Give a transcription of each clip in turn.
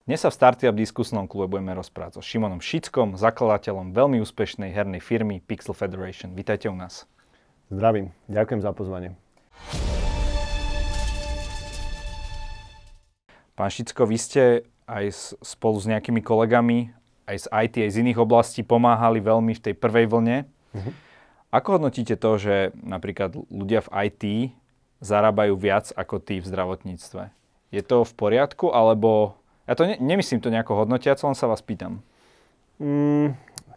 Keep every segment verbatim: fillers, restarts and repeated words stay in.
Dnes sa v Startup diskusnom klube budeme rozprávať so Šimonom Šickom, zakladateľom veľmi úspešnej hernej firmy Pixel Federation. Vítajte u nás. Zdravím, ďakujem za pozvanie. Pán Šicko, vy ste aj spolu s nejakými kolegami, aj z í té, aj z iných oblastí pomáhali veľmi v tej prvej vlne. Uh-huh. Ako hodnotíte to, že napríklad ľudia v í té zarábajú viac ako tí v zdravotníctve? Je to v poriadku, alebo... Ja to ne, nemyslím to nejako hodnotiac, len sa vás pýtam. Mm,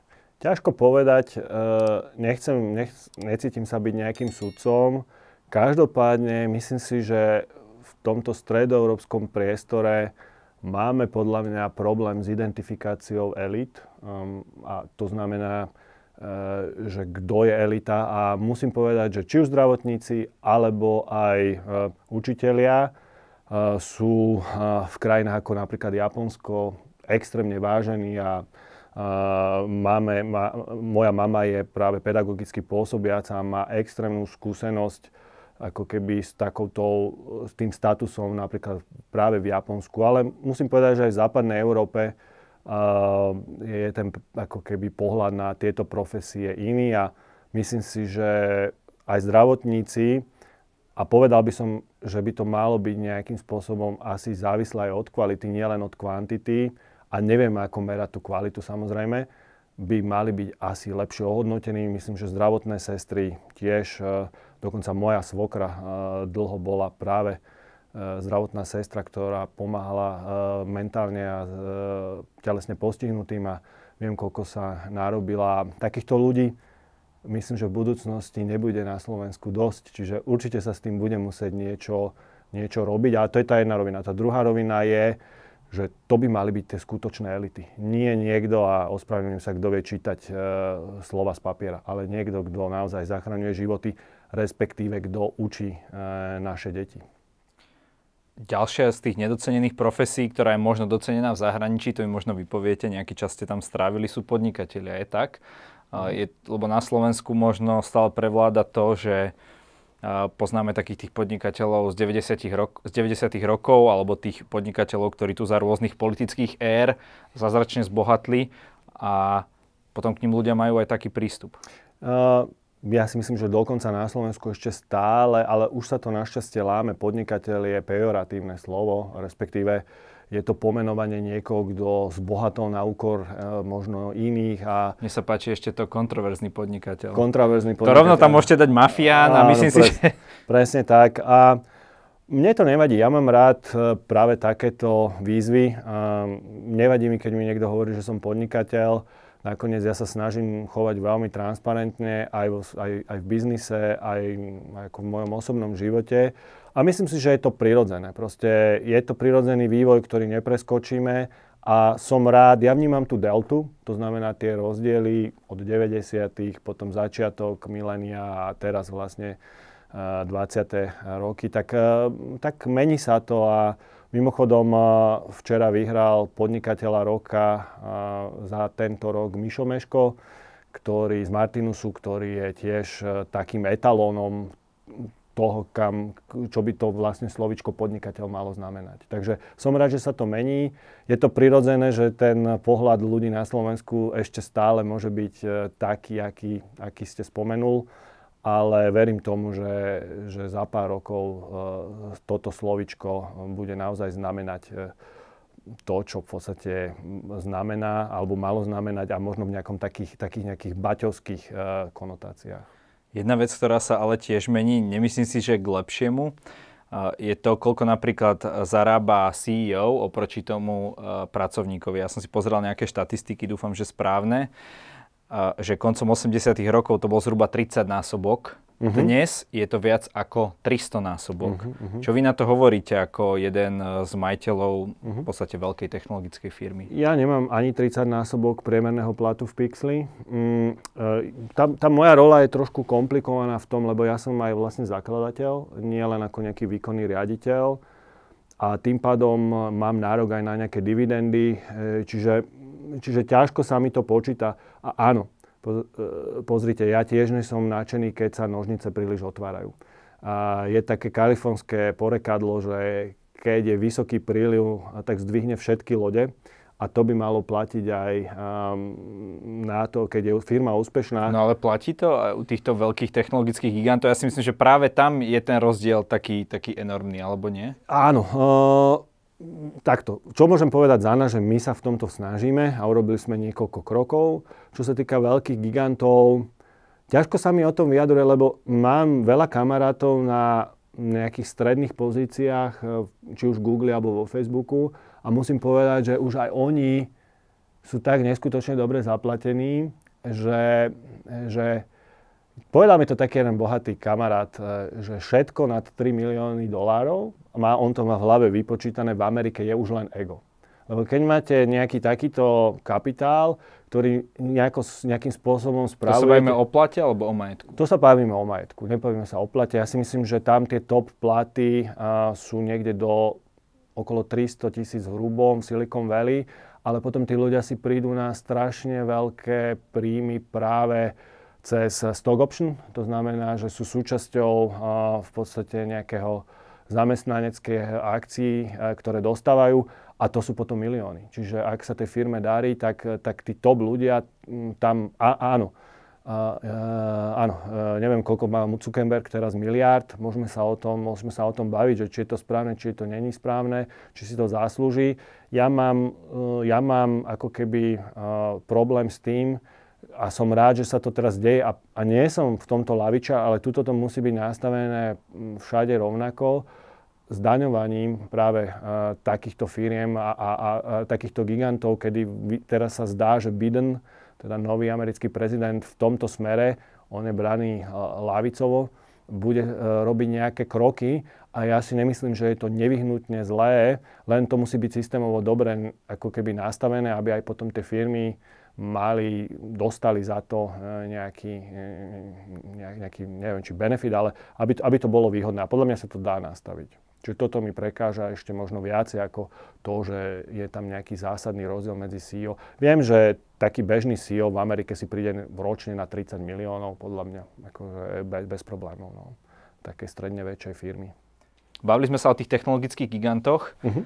ťažko povedať. Uh, nechcem, nech, necítim sa byť nejakým sudcom. Každopádne myslím si, že v tomto stredoeurópskom priestore máme podľa mňa problém s identifikáciou elít. Um, a to znamená, uh, že kto je elita. A musím povedať, že či už zdravotníci, alebo aj uh, učitelia, Uh, sú uh, v krajinách ako napríklad Japonsko extrémne vážení a uh, máme, ma, moja mama je práve pedagogicky pôsobiaca a má extrémnu skúsenosť ako keby s takouto, s tým statusom napríklad práve v Japonsku. Ale musím povedať, že aj v západnej Európe uh, je ten ako keby pohľad na tieto profesie iný a myslím si, že aj zdravotníci. A povedal by som, že by to malo byť nejakým spôsobom asi závislé aj od kvality, nielen od kvantity. A neviem, ako merať tú kvalitu samozrejme. By mali byť asi lepšie ohodnotení. Myslím, že zdravotné sestry tiež, dokonca moja svokra dlho bola práve zdravotná sestra, ktorá pomáhala mentálne a telesne postihnutým. A viem, koľko sa narobila takýchto ľudí. Myslím, že v budúcnosti nebude na Slovensku dosť, čiže určite sa s tým bude musieť niečo, niečo robiť. A to je tá jedna rovina. Tá druhá rovina je, že to by mali byť tie skutočné elity. Nie niekto, a ospravedlňujem sa, kto vie čítať e, slova z papiera, ale niekto, kto naozaj zachraňuje životy, respektíve kto učí e, naše deti. Ďalšia z tých nedocenených profesí, ktorá je možno docenená v zahraničí, to mi možno vypoviete, nejaký čas ste tam strávili, sú podnikatelia. Je tak? Je, lebo na Slovensku možno stále prevláda to, že uh, poznáme takých tých podnikateľov z deväťdesiatych rok, z deväťdesiatych rokov alebo tých podnikateľov, ktorí tu za rôznych politických ér zázračne zbohatli a potom k ním ľudia majú aj taký prístup. Uh, ja si myslím, že dokonca na Slovensku ešte stále, ale už sa to našťastie láme. Podnikateľ je pejoratívne slovo, respektíve je to pomenovanie niekoho, kto zbohatol na úkor e, možno iných. A mne sa páči ešte to kontroverzný podnikateľ. Kontroverzný podnikateľ. To rovno tam môžete dať mafián a myslím si, pres, že... Presne tak. A mne to nevadí. Ja mám rád práve takéto výzvy. A nevadí mi, keď mi niekto hovorí, že som podnikateľ. Nakoniec ja sa snažím chovať veľmi transparentne aj, vo, aj, aj v biznise, aj, aj ako v mojom osobnom živote. A myslím si, že je to prirodzené. Proste je to prirodzený vývoj, ktorý nepreskočíme a som rád, ja vnímam tú deltu, to znamená tie rozdiely od deväťdesiatych, potom začiatok milénia a teraz vlastne dvadsiate roky, tak, tak mení sa to a mimochodom včera vyhral podnikateľa roka za tento rok Mišo Meško, ktorý z Martinusu, ktorý je tiež takým etalónom toho, kam, čo by to vlastne slovíčko podnikateľ malo znamenať. Takže som rád, že sa to mení. Je to prirodzené, že ten pohľad ľudí na Slovensku ešte stále môže byť taký, aký, aký ste spomenul, ale verím tomu, že, že za pár rokov uh, toto slovíčko bude naozaj znamenať to, čo v podstate znamená, alebo malo znamenať a možno v nejakom takých, takých nejakých baťovských uh, konotáciách. Jedna vec, ktorá sa ale tiež mení, nemyslím si, že k lepšiemu, je to, koľko napríklad zarába sí í ó oproti tomu pracovníkovi. Ja som si pozeral nejaké štatistiky, dúfam, že správne, že koncom osemdesiatych rokov to bol zhruba tridsaťnásobok. Uh-huh. Dnes je to viac ako tristonásobok. Uh-huh, uh-huh. Čo vy na to hovoríte ako jeden z majiteľov uh-huh. v podstate veľkej technologickej firmy? Ja nemám ani tridsaťnásobok priemerného platu v Pixli. Mm, e, tá, tá moja rola je trošku komplikovaná v tom, lebo ja som aj vlastne zakladateľ, nie len ako nejaký výkonný riaditeľ. A tým pádom mám nárok aj na nejaké dividendy, e, čiže, čiže ťažko sa mi to počíta. A áno, pozrite, ja tiež nie som nadšený, keď sa nožnice príliš otvárajú. A je také kalifornské porekadlo, že keď je vysoký príliv, tak zdvihne všetky lode. A to by malo platiť aj um, na to, keď je firma úspešná. No ale platí to aj u týchto veľkých technologických gigantov? Ja si myslím, že práve tam je ten rozdiel taký, taký enormný, alebo nie? Áno. Uh, takto. Čo môžem povedať za nás, že my sa v tomto snažíme a urobili sme niekoľko krokov. Čo sa týka veľkých gigantov, ťažko sa mi o tom vyjadruje, lebo mám veľa kamarátov na nejakých stredných pozíciách, či už v Google alebo vo Facebooku. A musím povedať, že už aj oni sú tak neskutočne dobre zaplatení, že, že povedal mi to taký jeden bohatý kamarát, že všetko nad tri milióny dolárov, má, on to má v hlave vypočítané, v Amerike je už len ego. Lebo keď máte nejaký takýto kapitál, ktorý nejako, nejakým spôsobom spravuje... To sa bavíme o plate alebo o majetku? To sa bavíme o majetku, nebavíme sa o plate. Ja si myslím, že tam tie top platy uh, sú niekde do okolo tristo tisíc v hrubom v Silicon Valley, ale potom tí ľudia si prídu na strašne veľké príjmy práve cez stock option. To znamená, že sú súčasťou uh, v podstate nejakého zamestnaneckých akcií, uh, ktoré dostávajú. A to sú potom milióny. Čiže ak sa tej firme darí, tak, tak tí top ľudia tam, á, áno, á, áno, neviem, koľko má Zuckerberg teraz miliárd, môžeme sa o tom, môžeme sa o tom baviť, že či je to správne, či je to není správne, či si to zaslúži. Ja mám, ja mám ako keby problém s tým, a som rád, že sa to teraz deje a, a nie som v tomto laviča, ale tuto to musí byť nastavené všade rovnako, zdaňovaním práve uh, takýchto firiem a, a, a, a takýchto gigantov, kedy teraz sa zdá, že Biden, teda nový americký prezident v tomto smere, on je braný uh, lavicovo, bude uh, robiť nejaké kroky a ja si nemyslím, že je to nevyhnutne zlé, len to musí byť systémovo dobre ako keby nastavené, aby aj potom tie firmy mali, dostali za to nejaký, nejaký neviem, či benefit, ale aby to, aby to bolo výhodné. A podľa mňa sa to dá nastaviť. Čiže toto mi prekáža ešte možno viacej ako to, že je tam nejaký zásadný rozdiel medzi sí í ó. Viem, že taký bežný sí í ó v Amerike si príde ročne na tridsať miliónov, podľa mňa, akože bez, bez problémov, no. Také stredne väčšej firmy. Bavili sme sa o tých technologických gigantoch. Uh-huh.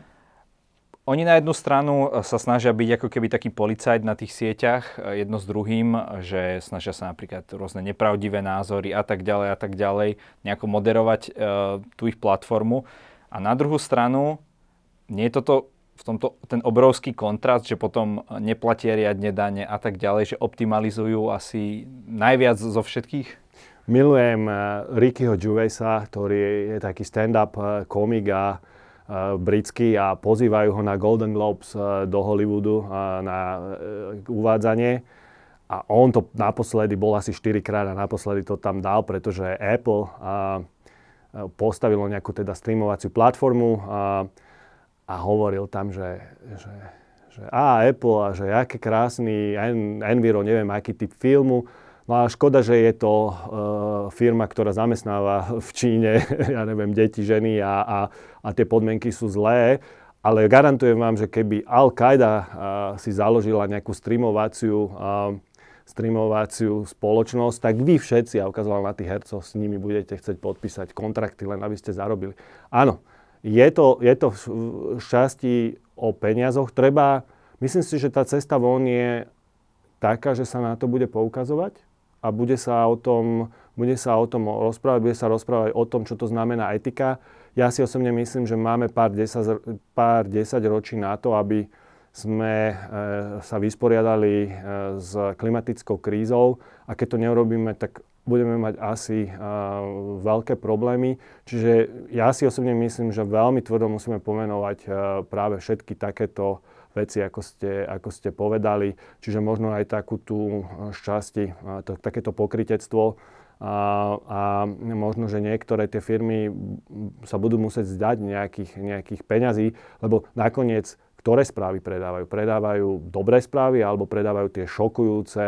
Oni na jednu stranu sa snažia byť ako keby taký policajt na tých sieťach jedno s druhým, že snažia sa napríklad rôzne nepravdivé názory a tak ďalej a tak ďalej, nejako moderovať uh, tú ich platformu. A na druhú stranu, nie je toto v tomto ten obrovský kontrast, že potom neplatia riadne dane a tak ďalej, že optimalizujú asi najviac zo všetkých? Milujem uh, Rickyho Gervaisa, ktorý je taký stand-up uh, komik a uh, britský a pozývajú ho na Golden Globes uh, do Hollywoodu uh, na uh, uvádzanie. A on to naposledy bol asi štyrikrát a naposledy to tam dal, pretože Apple uh, postavilo nejakú teda streamovaciu platformu a, a hovoril tam, že, že, že á, Apple a že aký krásny en, Enviro, neviem aký typ filmu. No a škoda, že je to uh, firma, ktorá zamestnáva v Číne, ja neviem, deti, ženy a, a, a tie podmienky sú zlé. Ale garantujem vám, že keby Al-Qaida uh, si založila nejakú streamovaciu uh, streamovaciu spoločnosť, tak vy všetci, a ukazoval na tých hercov, s nimi budete chcieť podpísať kontrakty, len aby ste zarobili. Áno, je to, je to v časti o peniazoch. Treba, myslím si, že tá cesta von je taká, že sa na to bude poukazovať a bude sa o tom, bude sa o tom rozprávať, bude sa rozprávať o tom, čo to znamená etika. Ja si osobne myslím, že máme pár desať, pár desať ročí na to, aby sme e, sa vysporiadali e, s klimatickou krízou a keď to neurobíme, tak budeme mať asi e, veľké problémy. Čiže ja si osobne myslím, že veľmi tvrdo musíme pomenovať e, práve všetky takéto veci, ako ste, ako ste povedali. Čiže možno aj takú tú šťastie, e, to, takéto pokrytectvo a, a možno, že niektoré tie firmy sa budú musieť zdať nejakých, nejakých peňazí, lebo nakoniec ktoré správy predávajú? Predávajú dobré správy alebo predávajú tie šokujúce?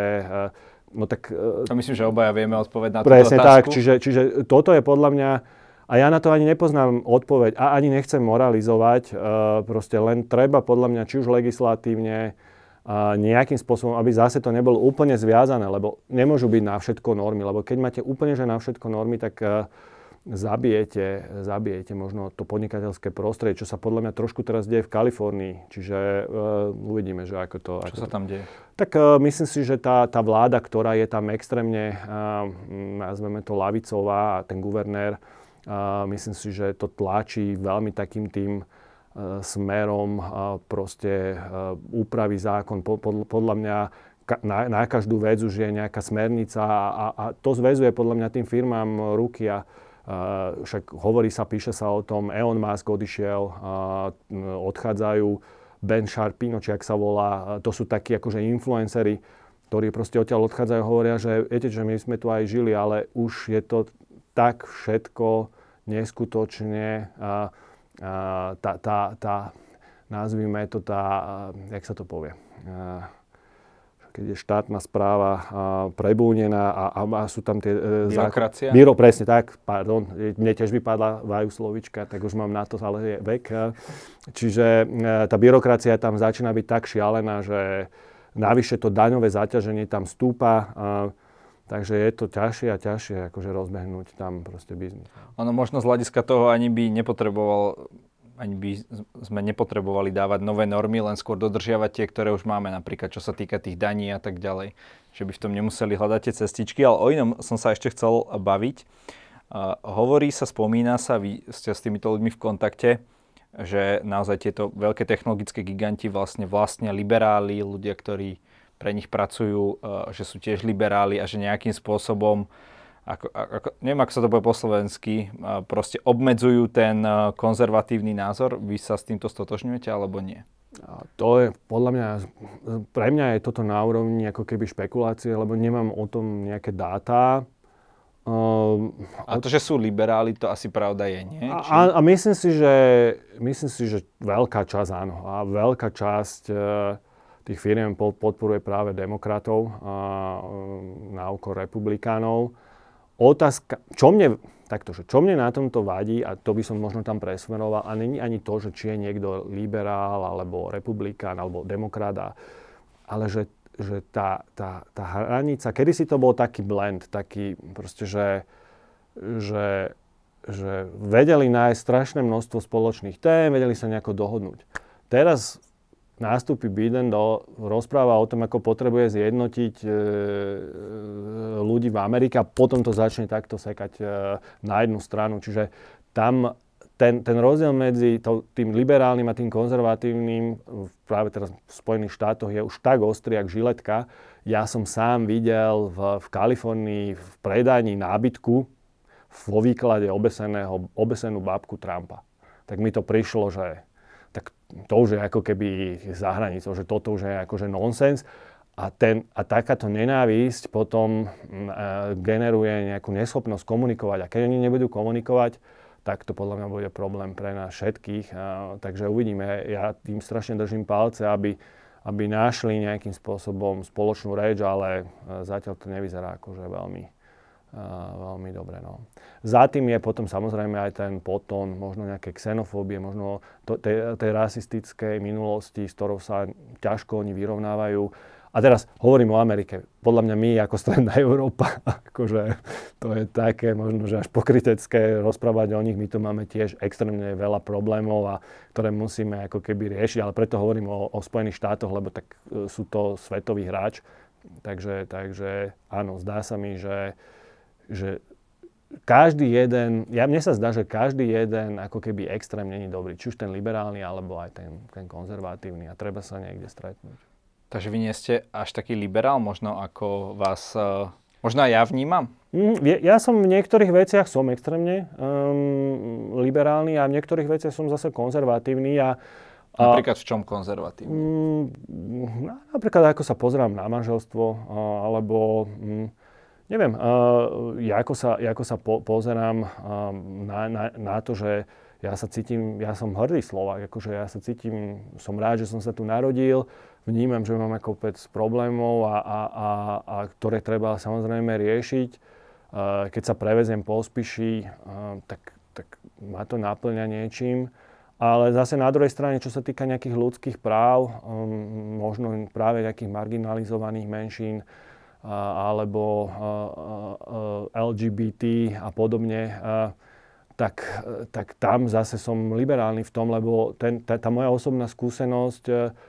No tak... To myslím, že obaja vieme odpovedať na túto otázku. Presne tak, čiže, čiže toto je podľa mňa... A ja na to ani nepoznám odpoveď a ani nechcem moralizovať. Proste len treba podľa mňa či už legislatívne nejakým spôsobom, aby zase to nebolo úplne zviazané, lebo nemôžu byť na všetko normy. Lebo keď máte úplne že na všetko normy, tak zabijete, zabijete možno to podnikateľské prostredie, čo sa podľa mňa trošku teraz deje v Kalifornii. Čiže uh, uvidíme, že ako to... Čo ako sa tam deje? Tak uh, myslím si, že tá, tá vláda, ktorá je tam extrémne, uh, nazveme to ľavicová, a ten guvernér, uh, myslím si, že to tlačí veľmi takým tým uh, smerom uh, proste uh, úpravy zákon. Po, pod, podľa mňa ka, na, na každú vec už je nejaká smernica a, a, a to zväzuje podľa mňa tým firmám ruky a Uh, však hovorí sa, píše sa o tom, Elon Musk odišiel, uh, odchádzajú, Ben Sharpino, či ak sa volá, uh, to sú takí akože influenceri, ktorí proste odtiaľ odchádzajú, hovoria, že viete, že my sme tu aj žili, ale už je to tak všetko neskutočne, uh, uh, tá, tá, tá, nazvime to tá, uh, jak sa to povie, uh, keď je štátna správa a, prebúnená a, a, a sú tam tie... E, Byrokracia? Zákon, Bíro, presne tak, pardon. Mne tiež vypadla vajú slovička, tak už mám na to, ale je vek. Čiže e, tá byrokracia tam začína byť tak šialená, že navyše to daňové zaťaženie tam stúpa. A, takže je to ťažšie a ťažšie akože rozbehnúť tam proste biznis. Ono možno z hľadiska toho ani by nepotreboval ani by sme nepotrebovali dávať nové normy, len skôr dodržiavať tie, ktoré už máme, napríklad čo sa týka tých daní a tak ďalej. Že by v tom nemuseli hľadať tie cestičky, ale o inom som sa ešte chcel baviť. Uh, hovorí sa, spomína sa, vy ste s týmito ľuďmi v kontakte, že naozaj tieto veľké technologické giganti vlastne vlastne liberáli, ľudia, ktorí pre nich pracujú, uh, že sú tiež liberáli a že nejakým spôsobom Ako, ako, neviem, ako sa to povie po slovensky, proste obmedzujú ten konzervatívny názor. Vy sa s týmto stotožňujete, alebo nie? A to je, podľa mňa, pre mňa je toto na úrovni ako keby špekulácie, lebo nemám o tom nejaké dáta. Um, a to, že sú liberáli, to asi pravda je, nie? Či... A, a myslím si, že, myslím si, že veľká časť áno. A veľká časť uh, tých firiem podporuje práve demokratov uh, na úkor republikánov. Otázka, čo mne, takto, že čo mne na tomto vadí, a to by som možno tam presmeroval, a není ani to, že či je niekto liberál, alebo republikán, alebo demokrat, ale že, že tá, tá, tá hranica, kedysi to bol taký blend, taký proste, že, že, že vedeli nájsť strašné množstvo spoločných tém, vedeli sa nejako dohodnúť. Teraz nástupí Biden, do, rozpráva o tom, ako potrebuje zjednotiť e, ľudí v Amerike a potom to začne takto sekať e, na jednu stranu. Čiže tam ten, ten rozdiel medzi to, tým liberálnym a tým konzervatívnym práve teraz v Spojených štátoch je už tak ostrý, jak žiletka. Ja som sám videl v, v Kalifornii v predajni nábytku vo výklade obeseného, obesenú babku Trumpa. Tak mi to prišlo, že tak to už je ako keby za hranicou, že toto už je akože nonsens. A, ten, a takáto nenávisť potom e, generuje nejakú neschopnosť komunikovať. A keď oni nebudú komunikovať, tak to podľa mňa bude problém pre nás všetkých. A, takže uvidíme. Ja tým strašne držím palce, aby, aby našli nejakým spôsobom spoločnú reč, ale e, zatiaľ to nevyzerá akože veľmi, e, veľmi dobre. No. Za tým je potom samozrejme aj ten podtón, možno nejaké xenofóbie, možno to, tej, tej rasistickej minulosti, s ktorou sa ťažko oni vyrovnávajú. A teraz hovorím o Amerike. Podľa mňa my ako stredná Európa, akože to je také možno, že až pokrytecké rozprávať o nich. My tu máme tiež extrémne veľa problémov, a ktoré musíme ako keby riešiť. Ale preto hovorím o, o Spojených štátoch, lebo tak sú to svetový hráč. Takže, takže áno, zdá sa mi, že, že každý jeden, ja mne sa zdá, že každý jeden ako keby extrém není dobrý. Či už ten liberálny, alebo aj ten, ten konzervatívny. A treba sa niekde stretnúť. Takže vy nie ste až taký liberál, možno ako vás, uh, možno aj ja vnímam? Mm, ja som v niektorých veciach som extrémne um, liberálny a v niektorých veciach som zase konzervatívny. A, a, napríklad v čom konzervatívny? Um, napríklad ako sa pozerám na manželstvo, uh, alebo... Um, Neviem, uh, ja ako sa, ja ako sa po, pozerám uh, na, na, na to, že ja sa cítim, ja som hrdý Slovák, akože ja sa cítim, som rád, že som sa tu narodil, vnímam, že mám kopec problémov, a, a, a, a ktoré treba samozrejme riešiť. Uh, keď sa preveziem po Spiši, uh, tak, tak ma to naplňa niečím. Ale zase na druhej strane, čo sa týka nejakých ľudských práv, um, možno práve nejakých marginalizovaných menšín, alebo el gé bé té a podobne, tak, tak tam zase som liberálny v tom, lebo ten, tá, tá moja osobná skúsenosť,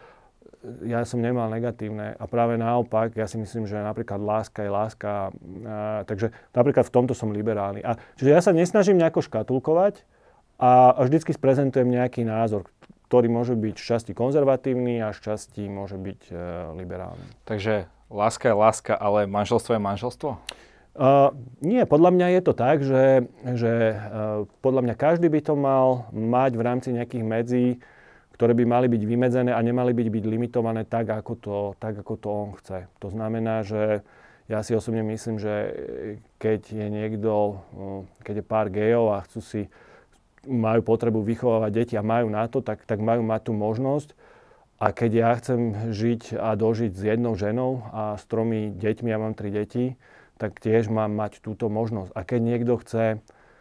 ja som nemal negatívne. A práve naopak, ja si myslím, že napríklad láska je láska. A, takže napríklad v tomto som liberálny. A, čiže ja sa nesnažím nejako škatulkovať a, a vždycky sprezentujem nejaký názor, ktorý môže byť z časti konzervatívny a z časti môže byť e, liberálny. Takže láska je láska, ale manželstvo je manželstvo? Uh, nie, podľa mňa je to tak, že, že uh, podľa mňa každý by to mal mať v rámci nejakých medzí, ktoré by mali byť vymedzené a nemali byť, byť limitované tak ako, to, tak, ako to on chce. To znamená, že ja si osobne myslím, že keď je niekto, uh, keď je pár gejov a chcú si majú potrebu vychovávať deti a majú na to, tak, tak majú mať tú možnosť. A keď ja chcem žiť a dožiť s jednou ženou a s tromi deťmi, ja mám tri deti, tak tiež mám mať túto možnosť. A keď niekto chce uh,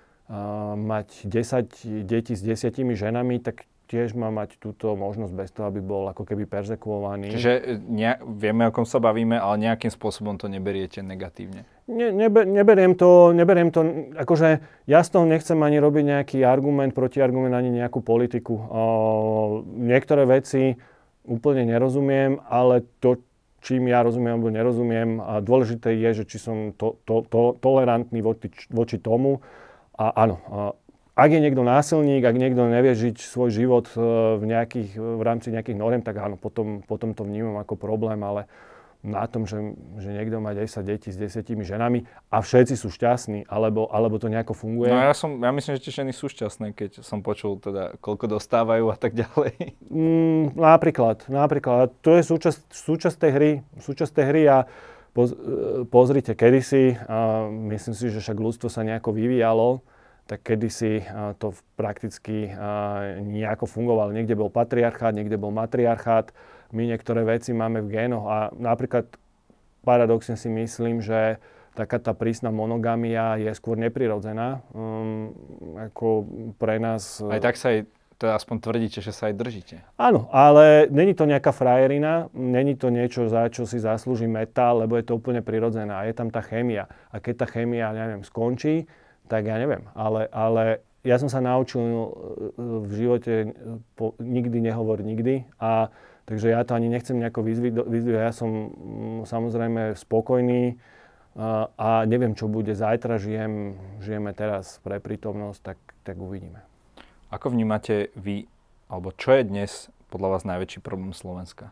mať desať detí s desiatimi ženami, tak tiež má mať túto možnosť bez toho, aby bol ako keby perzekuovaný. Čiže ne, vieme, o kom sa bavíme, ale nejakým spôsobom to neberiete negatívne. Ne, nebe, neberiem to, neberiem to, akože ja z toho nechcem ani robiť nejaký argument, protiargument, ani nejakú politiku. O, niektoré veci úplne nerozumiem, ale to, čím ja rozumiem alebo nerozumiem, a dôležité je, že či som to, to, to, tolerantný voči, voči tomu. A áno, a ak je niekto násilník, ak niekto nevie žiť svoj život v, nejakých, v rámci nejakých noriem, tak áno, potom, potom to vnímam ako problém, ale na tom, že, že niekto má desať detí s desiatimi ženami a všetci sú šťastní, alebo, alebo to nejako funguje. No ja, som, ja myslím, že tie ženy sú šťastné, keď som počul teda, koľko dostávajú a tak ďalej. Mm, napríklad, napríklad. To je súčasť, súčasť tej hry. Súčasť tej hry a poz, pozrite, kedysi, a myslím si, že však ľudstvo sa nejako vyvíjalo, tak kedysi a, to prakticky a, nejako fungovalo. Niekde bol patriarchát, niekde bol matriarchát. My niektoré veci máme v génoch a napríklad paradoxne si myslím, že taká tá prísna monogamia je skôr neprirodzená. Um, ako pre nás... Aj tak sa aj, teda aspoň tvrdíte, že sa aj držíte. Áno, ale není to nejaká frajerina, není to niečo, za čo si zaslúži meta, lebo je to úplne prirodzené a je tam tá chémia. A keď tá chémia, neviem, skončí, tak ja neviem, ale, ale ja som sa naučil v živote po, nikdy nehovor nikdy a takže ja to ani nechcem nejako vyzdvihovať. Ja som m, samozrejme spokojný a, a neviem, čo bude zajtra. Žijem, žijeme teraz pre prítomnosť, tak, tak uvidíme. Ako vnímate vy, alebo čo je dnes podľa vás najväčší problém Slovenska?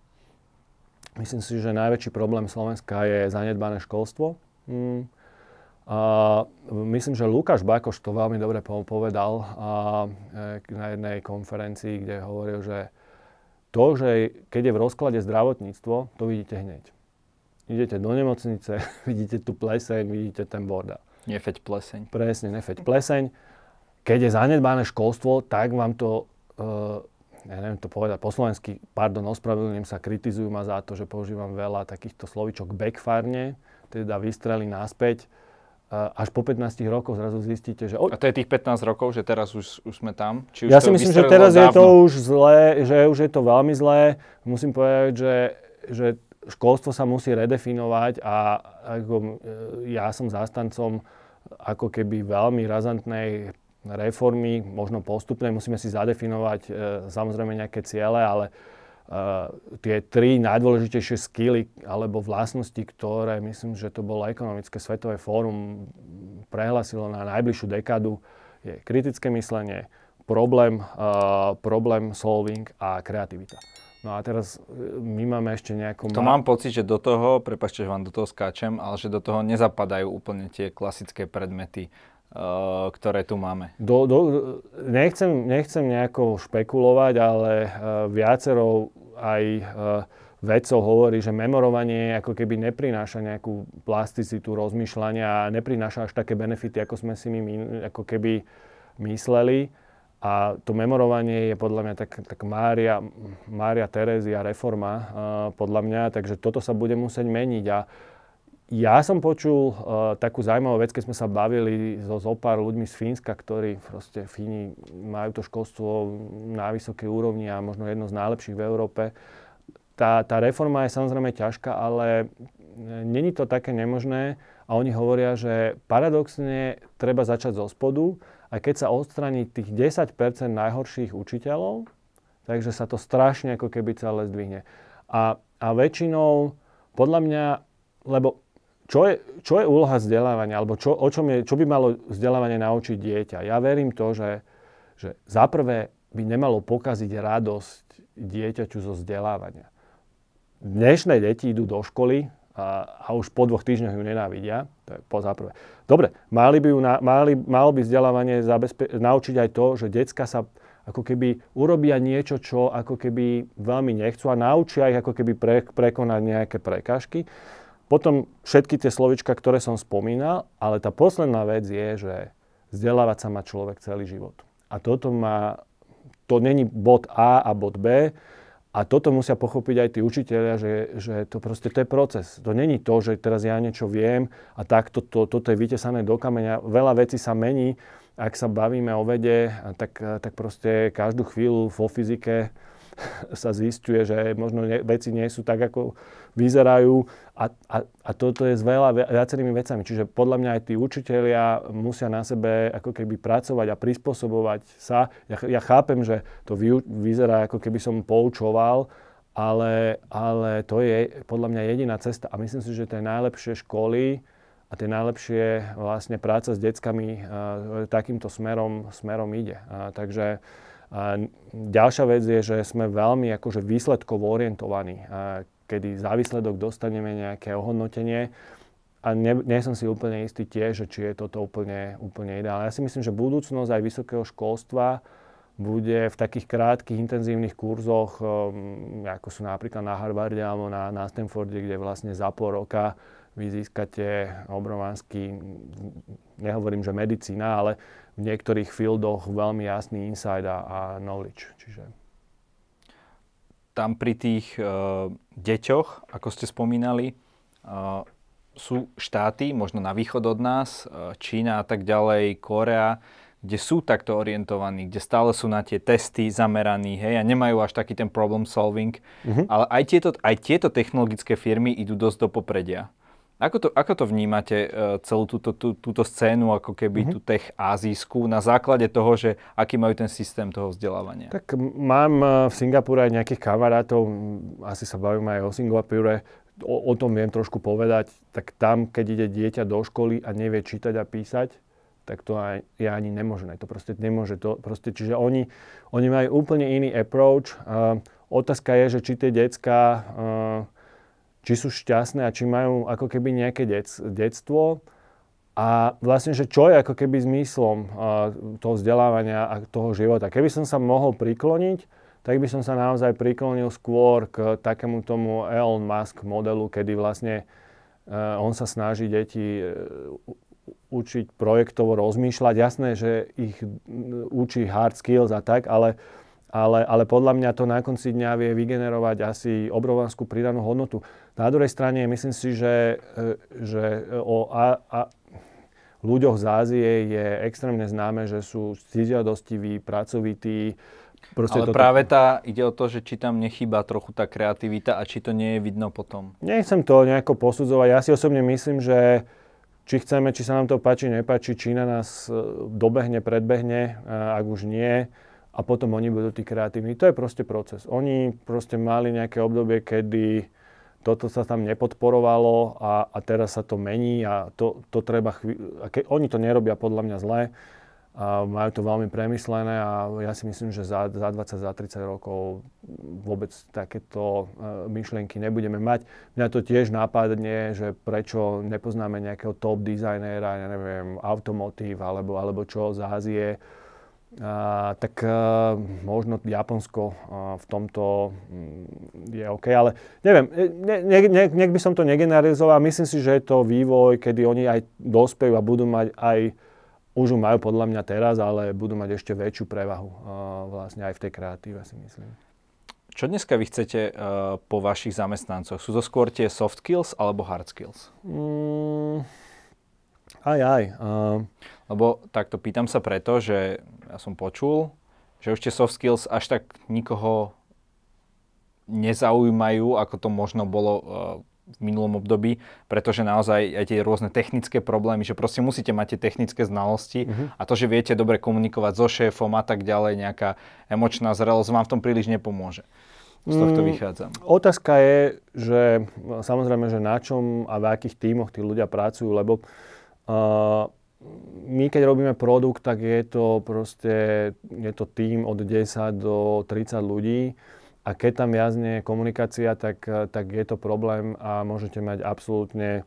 Myslím si, že najväčší problém Slovenska je zanedbané školstvo. Hmm. A myslím, že Lukáš Bakoš to veľmi dobre povedal a, na jednej konferencii, kde hovoril, že to, že keď je v rozklade zdravotníctvo, to vidíte hneď. Idete do nemocnice, vidíte tu pleseň, vidíte ten bordel. Nefeď pleseň. Presne, nefeď pleseň. Keď je zanedbané školstvo, tak vám to, uh, ja neviem to povedať po slovensky, pardon, ospravedlňujem sa, kritizujú ma za to, že používam veľa takýchto slovíčok backfarne, teda vystrelí naspäť. Až po pätnástich rokoch zrazu zistíte, že... O... A to je tých pätnásť rokov, že teraz už, už sme tam? Či už ja si myslím, že teraz dávno? Je to už zlé, že už je to veľmi zlé. Musím povedať, že, že školstvo sa musí redefinovať a ako, ja som zástancom ako keby veľmi razantnej reformy, možno postupnej. Musíme si zadefinovať e, samozrejme nejaké ciele, ale Uh, tie tri najdôležitejšie skily alebo vlastnosti, ktoré myslím, že to bolo ekonomické svetové fórum prehlasilo na najbližšiu dekádu, je kritické myslenie, problém, uh, problém solving a kreativita. No a teraz my máme ešte nejakú... To mám pocit, že do toho, prepáčte, že vám do toho skáčem, ale že do toho nezapadajú úplne tie klasické predmety, Uh, ktoré tu máme. Do, do, nechcem, nechcem nejako špekulovať, ale uh, viacero aj uh, vedcov hovorí, že memorovanie ako keby neprináša nejakú plasticitu rozmýšľania a neprináša až také benefity, ako sme si my ako keby mysleli. A to memorovanie je podľa mňa tak, tak Mária, Mária Terézia reforma, uh, podľa mňa, takže toto sa bude musieť meniť. A ja som počul uh, takú zaujímavú vec, keď sme sa bavili so, so pár ľuďmi z Fínska, ktorí proste Fíni majú to školstvo na vysokej úrovni a možno jedno z najlepších v Európe. Tá, tá reforma je samozrejme ťažká, ale není to také nemožné a oni hovoria, že paradoxne treba začať zo spodu a a keď sa odstraní tých desať percent najhorších učiteľov, takže sa to strašne ako keby celé zdvihne. A, a väčšinou, podľa mňa, lebo čo je, čo je úloha vzdelávania, alebo čo, o čom je, čo by malo vzdelávanie naučiť dieťa? Ja verím to, že, že za prvé by nemalo pokaziť radosť dieťaťu zo vzdelávania. Dnešné deti idú do školy a, a už po dvoch týždňoch ju nenávidia. To je po záprve. Dobre, mali by ju na, mali, malo by vzdelávanie zabezpe- naučiť aj to, že decka sa ako keby urobia niečo, čo ako keby veľmi nechcú a naučia ich ako keby pre, prekonať nejaké prekážky. Potom všetky tie slovička, ktoré som spomínal, ale tá posledná vec je, že vzdelávať sa má človek celý život. A toto má, to není bod A a bod B, a toto musia pochopiť aj tí učitelia, že, že to proste to je proces. To není to, že teraz ja niečo viem a takto to, toto je vytesané do kameňa. Veľa vecí sa mení. Ak sa bavíme o vede, tak, tak proste každú chvíľu vo fyzike sa zisťuje, že možno ne, veci nie sú tak, ako vyzerajú a, a, a toto je s veľa viacerými vecami. Čiže podľa mňa aj tí učitelia musia na sebe ako keby pracovať a prispôsobovať sa. Ja, ja chápem, že to vy, vyzerá, ako keby som poučoval, ale, ale to je podľa mňa jediná cesta a myslím si, že tie najlepšie školy a tie najlepšie vlastne práca s deckami uh, takýmto smerom, smerom ide. Uh, takže A ďalšia vec je, že sme veľmi akože výsledkovo orientovaní, kedy za výsledok dostaneme nejaké ohodnotenie a nie, nie som si úplne istý tiež, že či je toto úplne, úplne ideálne. Ja si myslím, že budúcnosť aj vysokého školstva bude v takých krátkych, intenzívnych kurzoch, ako sú napríklad na Harvarde alebo na, na Stanforde, kde vlastne za pol roka vy získate obrovský, nehovorím, že medicína, ale v niektorých fieldoch veľmi jasný insight a, a knowledge. Čiže... Tam pri tých uh, deťoch, ako ste spomínali, uh, sú štáty, možno na východ od nás, uh, Čína a tak ďalej, Kórea, kde sú takto orientovaní, kde stále sú na tie testy zameraní, hej, a nemajú až taký ten problem solving. Uh-huh. Ale aj tieto, aj tieto technologické firmy idú dosť do popredia. Ako to, ako to vnímate, uh, celú túto, tú, túto scénu, ako keby mm-hmm. tú tech azijskú, na základe toho, že aký majú ten systém toho vzdelávania? Tak mám v Singapúre aj nejakých kamarátov, asi sa bavíme aj o Singapúre, o, o tom viem trošku povedať, tak tam, keď ide dieťa do školy a nevie čítať a písať, tak to aj je ani nemožné. To proste nemôže. To proste, čiže oni, oni majú úplne iný approach. Uh, otázka je, že či tie decká... Uh, či sú šťastné a či majú ako keby nejaké dec, detstvo a vlastne, že čo je ako keby zmyslom uh, toho vzdelávania a toho života. Keby som sa mohol prikloniť, tak by som sa naozaj priklonil skôr k takému tomu Elon Musk modelu, kedy vlastne uh, on sa snaží deti uh, učiť projektovo rozmýšľať. Jasné, že ich učí hard skills a tak, ale Ale, ale podľa mňa to na konci dňa vie vygenerovať asi obrovskú pridanú hodnotu. Na druhej strane myslím si, že, že o a, a ľuďoch z Ázie je extrémne známe, že sú ctižiadostiví, pracovití. Ale toto... práve tá, ide o to, že či tam nechýba trochu tá kreativita a či to nie je vidno potom. Nechcem to nejako posudzovať. Ja si osobne myslím, že či chceme, či sa nám to páči, nepáči, Čína nás dobehne, predbehne, ak už nie. A potom oni budú tí kreatívni. To je proste proces. Oni proste mali nejaké obdobie, kedy toto sa tam nepodporovalo a, a teraz sa to mení a to, to treba... Chví... A ke... Oni to nerobia podľa mňa zle. A majú to veľmi premyslené a ja si myslím, že za, za dvadsať, za tridsať rokov vôbec takéto uh, myšlienky nebudeme mať. Mňa to tiež nápadne, že prečo nepoznáme nejakého top dizajnéra, ja neviem, automotív alebo, alebo čo z Ázie. Uh, tak uh, možno Japonsko uh, v tomto um, je OK, ale neviem, ne, ne, ne, nech by som to negeneralizoval. Myslím si, že je to vývoj, kedy oni aj dospejú a budú mať aj, už majú podľa mňa teraz, ale budú mať ešte väčšiu prevahu uh, vlastne aj v tej kreatíve, si myslím. Čo dneska vy chcete uh, po vašich zamestnancoch? Sú to skôr tie soft skills alebo hard skills? Mm, aj, aj. Uh, Lebo takto pýtam sa preto, že ja som počul, že už tie soft skills až tak nikoho nezaujímajú, ako to možno bolo uh, v minulom období, pretože naozaj aj tie rôzne technické problémy, že proste musíte mať tie technické znalosti uh-huh. a to, že viete dobre komunikovať so šéfom a tak ďalej, nejaká emočná zrelosť vám v tom príliš nepomôže. Z tohto vychádzam. Mm, otázka je, že samozrejme, že na čom a v akých tímoch tí ľudia pracujú, lebo uh, my keď robíme produkt, tak je to proste, je to tím od desať do tridsať ľudí. A keď tam viazne komunikácia, tak, tak je to problém a môžete mať absolútne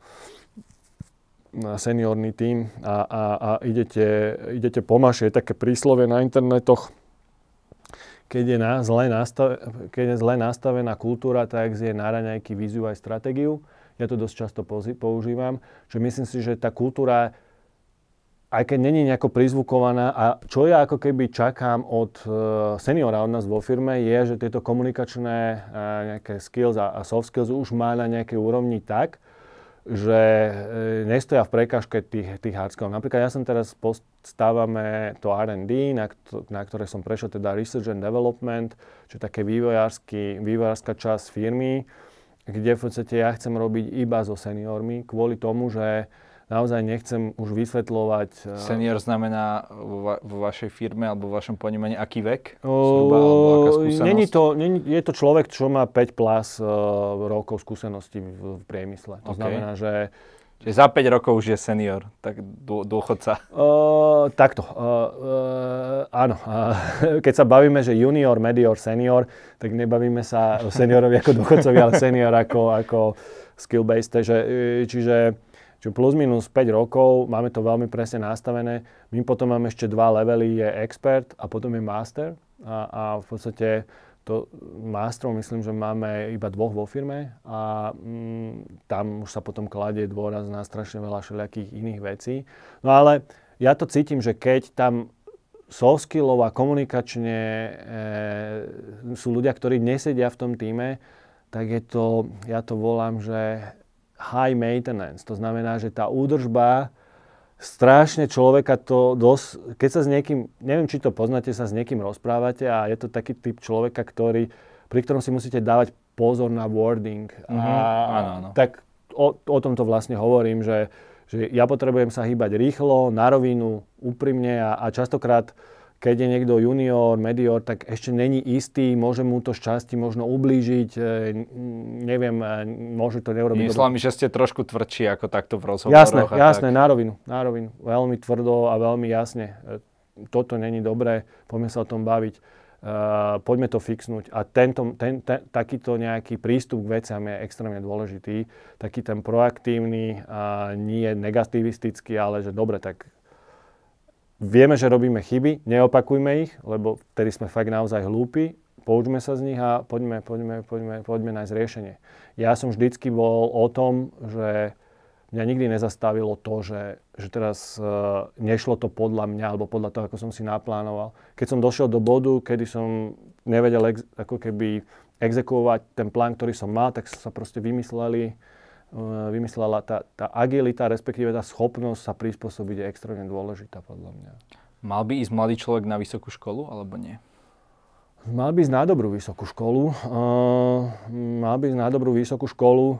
seniorný tím a, a, a idete, idete po maši. Je také príslovie na internetoch, keď je, na, zle nastav, keď je zle nastavená kultúra, tak je na raňajky víziu aj stratégiu. Ja to dosť často používam. Že myslím si, že tá kultúra, aj keď není nejako prizvukovaná, a čo ja ako keby čakám od uh, seniora, od nás vo firme, je, že tieto komunikačné uh, nejaké skills a, a soft skills už má na nejakej úrovni tak, že uh, nestoja v prekážke tých, tých hard skillov. Napríklad ja som teraz postávame to er end dé, na, na ktoré som prešiel, teda Research and Development, čo je také vývojárska časť firmy, kde v podstate ja chcem robiť iba so seniormi, kvôli tomu, že naozaj nechcem už vysvetľovať. Senior znamená vo, va- vo vašej firme alebo vo vašom ponímaní aký vek? Zhruba, alebo aká skúsenosť? Není to, není, je to človek, čo má päť plus uh, rokov skúseností v, v priemysle. To okay. znamená, že... Čiže za päť rokov už je senior, tak dô, dôchodca. Uh, takto. Uh, uh, áno. Uh, keď sa bavíme, že junior, medior, senior, tak nebavíme sa o seniorovi ako dôchodcovi, ale senior ako, ako skill-based. Takže, čiže Čiže plus minus päť rokov, máme to veľmi presne nastavené. My potom máme ešte dva levely, je expert a potom je master. A, a v podstate to masterov myslím, že máme iba dvoch vo firme a mm, tam už sa potom kladie dôraz na strašne veľa všelijakých iných vecí. No ale ja to cítim, že keď tam soft skillov a komunikačne e, sú ľudia, ktorí nesedia v tom tíme, tak je to, ja to volám, že high maintenance. To znamená, že tá údržba strašne človeka to dosť, keď sa s niekým, neviem, či to poznáte, sa s niekým rozprávate a je to taký typ človeka, ktorý, pri ktorom si musíte dávať pozor na wording. Mm-hmm. A, áno, áno. Tak o, o tomto vlastne hovorím, že, že ja potrebujem sa hýbať rýchlo, na rovinu, úprimne a, a častokrát keď je niekto junior, medior, tak ešte není istý, môže mu to šťastie možno ublížiť, neviem, môže to neurobiť. Myslím, že ste trošku tvrdší ako takto v rozhovoroch. Jasné, jasné, na rovinu, na rovinu. Veľmi tvrdo a veľmi jasne. Toto není dobré, poďme sa o tom baviť. Uh, poďme to fixnúť. A tento, ten, ten, takýto nejaký prístup k veciam je extrémne dôležitý. Taký ten proaktívny, uh, nie negativistický, ale že dobre, tak vieme, že robíme chyby, neopakujme ich, lebo vtedy sme fakt naozaj hlúpi, poučme sa z nich a poďme, poďme, poďme, poďme nájsť riešenie. Ja som vždycky bol o tom, že mňa nikdy nezastavilo to, že, že teraz uh, nešlo to podľa mňa alebo podľa toho, ako som si naplánoval. Keď som došiel do bodu, kedy som nevedel ex, ako keby exekuovať ten plán, ktorý som mal, tak sa proste vymysleli vymyslela tá, tá agilita, respektíve tá schopnosť sa prispôsobiť je extrémne dôležitá podľa mňa. Mal by ísť mladý človek na vysokú školu, alebo nie? Mal by ísť na dobrú vysokú školu. Uh, mal by ísť na dobrú vysokú školu.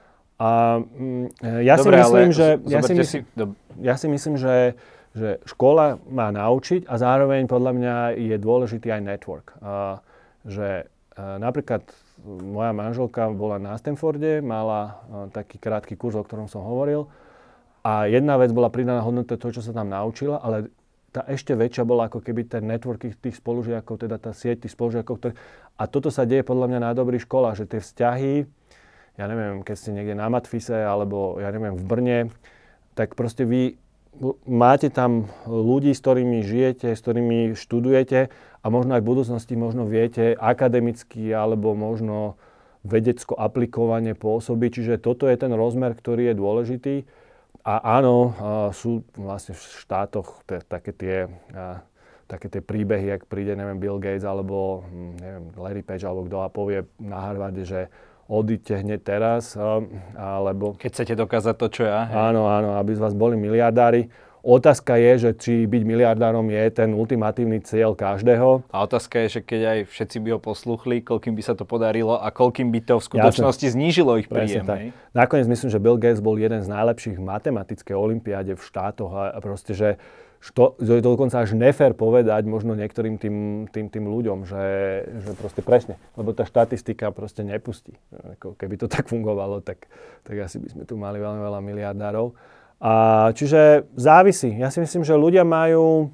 A um, ja, Dobre, si myslím, ale že, ja, si myslím, si... ja si myslím, že, že škola má naučiť a zároveň podľa mňa je dôležitý aj network. Uh, že uh, napríklad moja manželka bola na Stanforde, mala uh, taký krátky kurz, o ktorom som hovoril. A jedna vec bola pridaná hodnota toho, čo sa tam naučila, ale tá ešte väčšia bola ako keby ten network tých spolužiakov, teda tá sieť tých spolužiakov. Ktorý... A toto sa deje podľa mňa na dobrých školách, že tie vzťahy, ja neviem, keď ste niekde na Matfise, alebo ja neviem, v Brne, tak proste vy máte tam ľudí, s ktorými žijete, s ktorými študujete a možno aj v budúcnosti možno viete akademicky alebo možno vedecko aplikovane pôsobiť. Čiže toto je ten rozmer, ktorý je dôležitý. A áno, sú vlastne v štátoch t- také tie, také tie príbehy, ak príde, neviem, Bill Gates alebo neviem, Larry Page alebo kto a povie na Harvarde, že odíďte hneď teraz, alebo... Keď chcete dokázať to, čo ja. Hej. Áno, áno, aby z vás boli miliardári. Otázka je, že či byť miliardárom je ten ultimatívny cieľ každého. A otázka je, že keď aj všetci by ho posluchli, koľkým by sa to podarilo a koľkým by to v skutočnosti Jasne. Znížilo ich príjem. Nakoniec myslím, že Bill Gates bol jeden z najlepších v matematickej olympiáde v štátoch a proste, že to je to dokonca až nefér povedať možno niektorým tým, tým, tým ľuďom, že, že proste presne, lebo tá štatistika proste nepustí. Keby to tak fungovalo, tak, tak asi by sme tu mali veľmi veľa miliardárov. A čiže závisí. Ja si myslím, že ľudia majú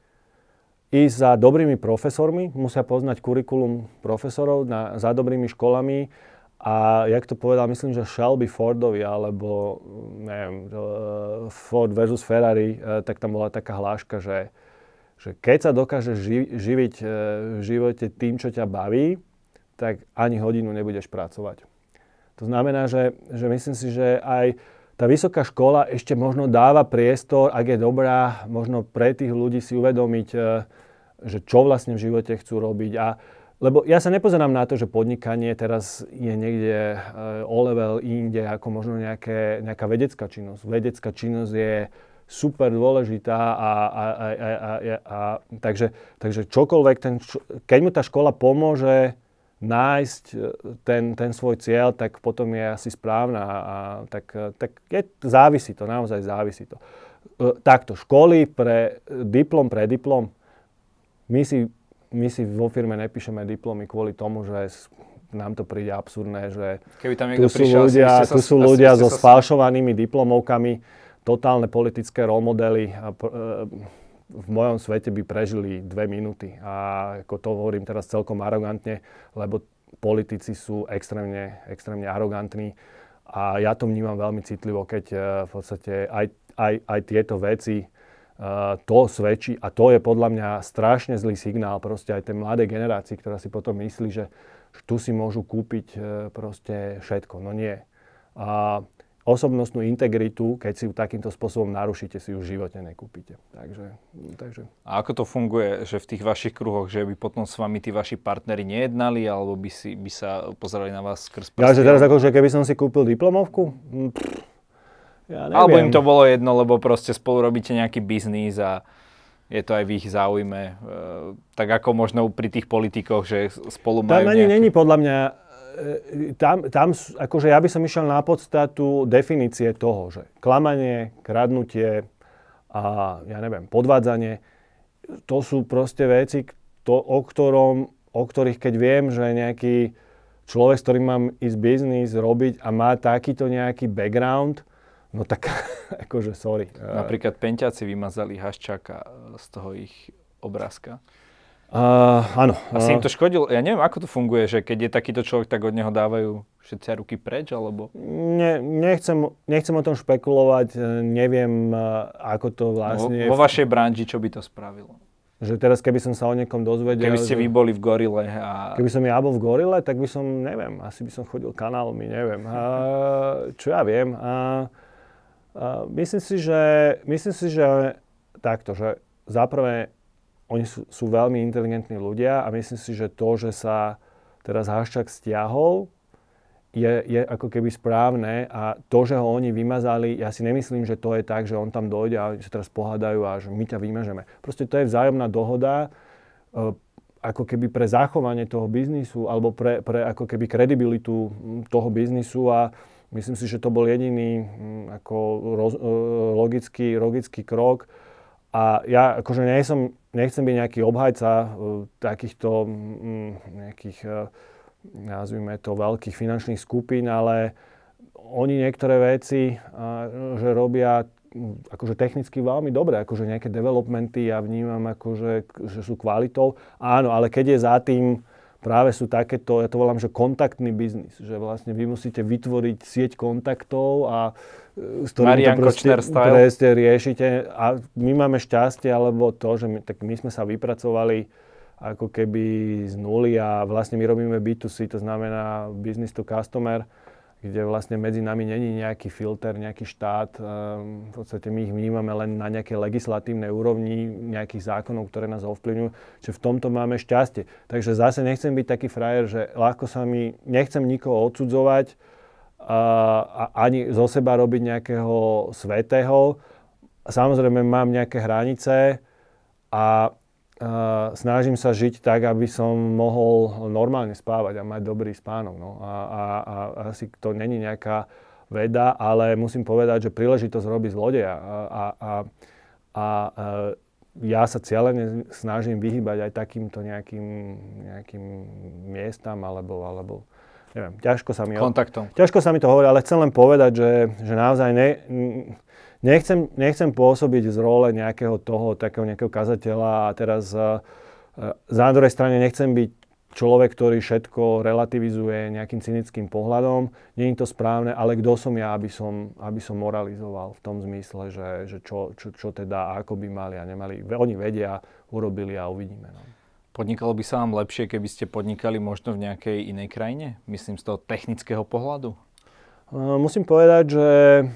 ísť za dobrými profesormi, musia poznať kurikulum profesorov na, za dobrými školami a jak to povedal, myslím, že Shelby Fordovi, alebo neviem, Ford versus Ferrari, tak tam bola taká hláška, že, že keď sa dokážeš ži, živiť v živote tým, čo ťa baví, tak ani hodinu nebudeš pracovať. To znamená, že, že myslím si, že aj tá vysoká škola ešte možno dáva priestor, ak je dobrá, možno pre tých ľudí si uvedomiť, že čo vlastne v živote chcú robiť. A, lebo ja sa nepozerám na to, že podnikanie teraz je niekde o level inde, ako možno nejaké, nejaká vedecká činnosť. Vedecká činnosť je super dôležitá a, a, a, a, a, a takže, takže čokoľvek, ten, keď mu tá škola pomôže nájsť ten, ten svoj cieľ, tak potom je asi správna. A tak tak je, závisí to, naozaj závisí to. E, takto, školy pre diplom, pre diplom. My si, my si vo firme nepíšeme diplomy kvôli tomu, že nám to príde absurdné, že Keby tam tu sú ľudia, tu sú ľudia so sfalšovanými diplomovkami, totálne politické role modely. A, e, v mojom svete by prežili dve minúty. A ako to hovorím teraz celkom arogantne, lebo politici sú extrémne, extrémne arogantní. A ja to vnímam veľmi citlivo, keď v podstate aj, aj, aj tieto veci uh, to svedčí. A to je podľa mňa strašne zlý signál proste aj tej mladej generácii, ktorá si potom myslí, že tu si môžu kúpiť uh, proste všetko. No nie. A osobnostnú integritu, keď si ju takýmto spôsobom narušíte, si ju v živote nekúpite. Takže, takže. A ako to funguje, že v tých vašich kruhoch, že by potom s vami tí vaši partneri nejednali, alebo by, si, by sa pozerali na vás skrz prsty? Ja, že teraz akože keby som si kúpil diplomovku? Pff, ja neviem. Alebo im to bolo jedno, lebo proste spolu robíte nejaký biznis a je to aj v ich záujme. E, tak ako možno pri tých politikoch, že spolu majú Tam ani nejaké... není podľa mňa Tam, tam, akože ja by som išiel na podstatu definície toho, že klamanie, kradnutie a ja neviem, podvádzanie, to sú proste veci, to, o, ktorom, o ktorých keď viem, že nejaký človek, s ktorým mám ísť biznis robiť a má takýto nejaký background, no tak akože sorry. Napríklad Penťáci vymazali Haščáka z toho ich obrázka. Uh, áno. Asi im to škodilo. Ja neviem, ako to funguje, že keď je takýto človek, tak od neho dávajú všetci ruky preč, alebo? Ne, nechcem, nechcem o tom špekulovať, neviem, ako to vlastne... Vo, vo vašej branži, čo by to spravilo? Že teraz, keby som sa o niekom dozvedel... Keby ste vy boli v Gorile a... Keby som ja bol v Gorile, tak by som, neviem, asi by som chodil kanálmi, neviem. A, čo ja viem. A, a myslím si, že, myslím si, že takto, že zaprvé oni sú, sú veľmi inteligentní ľudia a myslím si, že to, že sa teraz Haščák stiahol, je, je ako keby správne a to, že ho oni vymazali, ja si nemyslím, že to je tak, že on tam dojde a sa teraz pohádajú a že my ťa vymažeme. Proste to je vzájomná dohoda, e, ako keby pre zachovanie toho biznisu alebo pre, pre ako keby kredibilitu toho biznisu a myslím si, že to bol jediný m, ako roz, e, logický, logický krok. A ja akože nie som, nechcem byť nejaký obhajca uh, takýchto um, nejakých, uh, nazvime to, veľkých finančných skupín, ale oni niektoré veci, uh, že robia um, akože technicky veľmi dobre, akože nejaké developmenty ja vnímam akože, že sú kvalitou. Áno, ale keď je za tým, práve sú takéto, ja to volám, že kontaktný biznis, že vlastne vy musíte vytvoriť sieť kontaktov a s ktorými to proste, proste riešite. A my máme šťastie, alebo to, že my, tak my sme sa vypracovali ako keby z nuly a vlastne my robíme bé dva cé, to znamená business to customer, kde vlastne medzi nami není nejaký filter, nejaký štát. V podstate my ich vnímame len na nejakej legislatívnej úrovni, nejakých zákonov, ktoré nás ovplyvňujú. Čiže v tomto máme šťastie. Takže zase nechcem byť taký frajer, že ľahko sa mi, nechcem nikoho odsudzovať, a ani zo seba robiť nejakého svätého. samozrejme mám nejaké hranice a Uh, snažím sa žiť tak, aby som mohol normálne spávať a mať dobrý spánok. No. A, a, a asi to není nejaká veda, ale musím povedať, že príležitosť robí zlodeja. A, a, a, a ja sa cieľene snažím vyhýbať aj takýmto nejakým, nejakým miestam alebo, alebo neviem, ťažko sa mi... Kontaktom. Ťažko sa mi to hovorí, ale chcem len povedať, že, že naozaj ne... Nechcem, nechcem pôsobiť z role nejakého toho, takého nejakého kazateľa a teraz uh, za druhej strane nechcem byť človek, ktorý všetko relativizuje nejakým cynickým pohľadom. Nie je to správne, ale kto som ja, aby som, aby som moralizoval v tom zmysle, že, že čo, čo, čo teda ako by mali a nemali. Oni vedia, urobili a uvidíme. No. Podnikalo by sa vám lepšie, keby ste podnikali možno v nejakej inej krajine? Myslím z toho technického pohľadu. Uh, musím povedať, že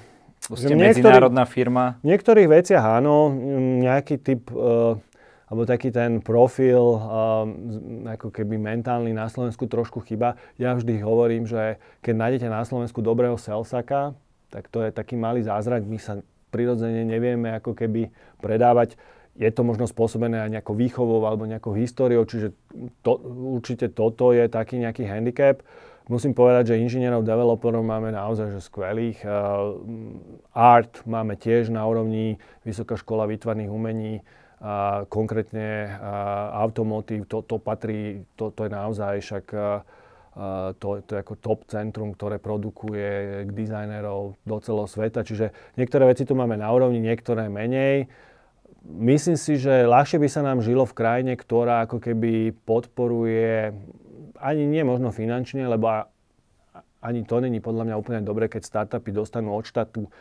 Ste medzinárodná firma? V niektorých veciach áno, nejaký typ, uh, alebo taký ten profil, uh, ako keby mentálny na Slovensku trošku chyba. Ja vždy hovorím, že keď nájdete na Slovensku dobrého salesaka, tak to je taký malý zázrak. My sa prirodzene nevieme ako keby predávať. Je to možno spôsobené aj nejakou výchovou alebo nejakou históriou, čiže to, určite toto je taký nejaký handicap. Musím povedať, že inžinierov, developerov máme naozaj že skvelých. Uh, art máme tiež na úrovni Vysoká škola výtvarných umení. Uh, konkrétne uh, automotív, to, to patrí, to, to je naozaj však uh, to, to je ako top centrum, ktoré produkuje dizajnerov do celého sveta. Čiže niektoré veci tu máme na úrovni, niektoré menej. Myslím si, že ľahšie by sa nám žilo v krajine, ktorá ako keby podporuje ani nie možno finančne, lebo ani to není podľa mňa úplne dobre, keď startupy dostanú od štátu e,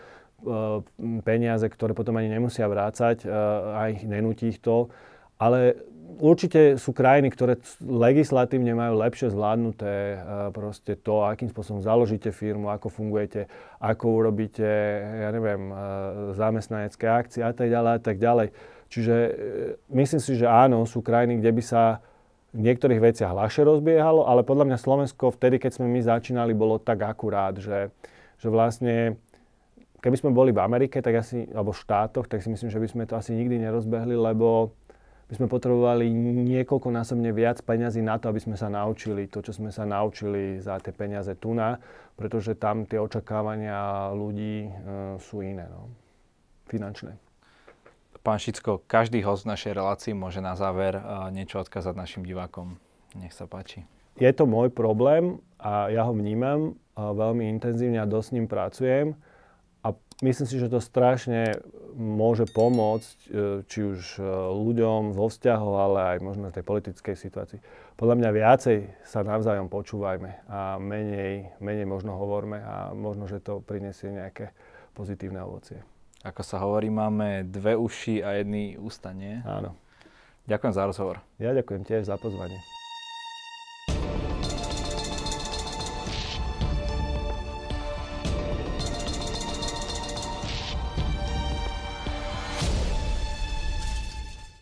peniaze, ktoré potom ani nemusia vrácať e, a ich nenúti ich to. Ale určite sú krajiny, ktoré legislatívne majú lepšie zvládnuté e, proste to, akým spôsobom založíte firmu, ako fungujete, ako urobíte, ja neviem, e, zamestnanecké akcie a tak ďalej a tak ďalej. Čiže e, myslím si, že áno, sú krajiny, kde by sa v niektorých veciach ľahšie rozbiehalo, ale podľa mňa Slovensko vtedy, keď sme my začínali, bolo tak akurát, že, že vlastne keby sme boli v Amerike, tak asi, alebo v štátoch, tak si myslím, že by sme to asi nikdy nerozbehli, lebo by sme potrebovali niekoľkonásobne viac peňazí na to, aby sme sa naučili to, čo sme sa naučili za tie peniaze tuná, pretože tam tie očakávania ľudí e, sú iné, no, finančné. Pán Šicko, každý host v našej relácii môže na záver uh, niečo odkázať našim divákom. Nech sa páči. Je to môj problém a ja ho vnímam uh, veľmi intenzívne a dosť s ním pracujem. A myslím si, že to strašne môže pomôcť uh, či už uh, ľuďom vo vzťahoch, ale aj možno v tej politickej situácii. Podľa mňa viacej sa navzájom počúvajme a menej, menej možno hovorme a možno, že to prinesie nejaké pozitívne ovocie. Ako sa hovorí, máme dve uši a jedny ústa, nie? Áno. Ďakujem za rozhovor. Ja ďakujem tiež za pozvanie.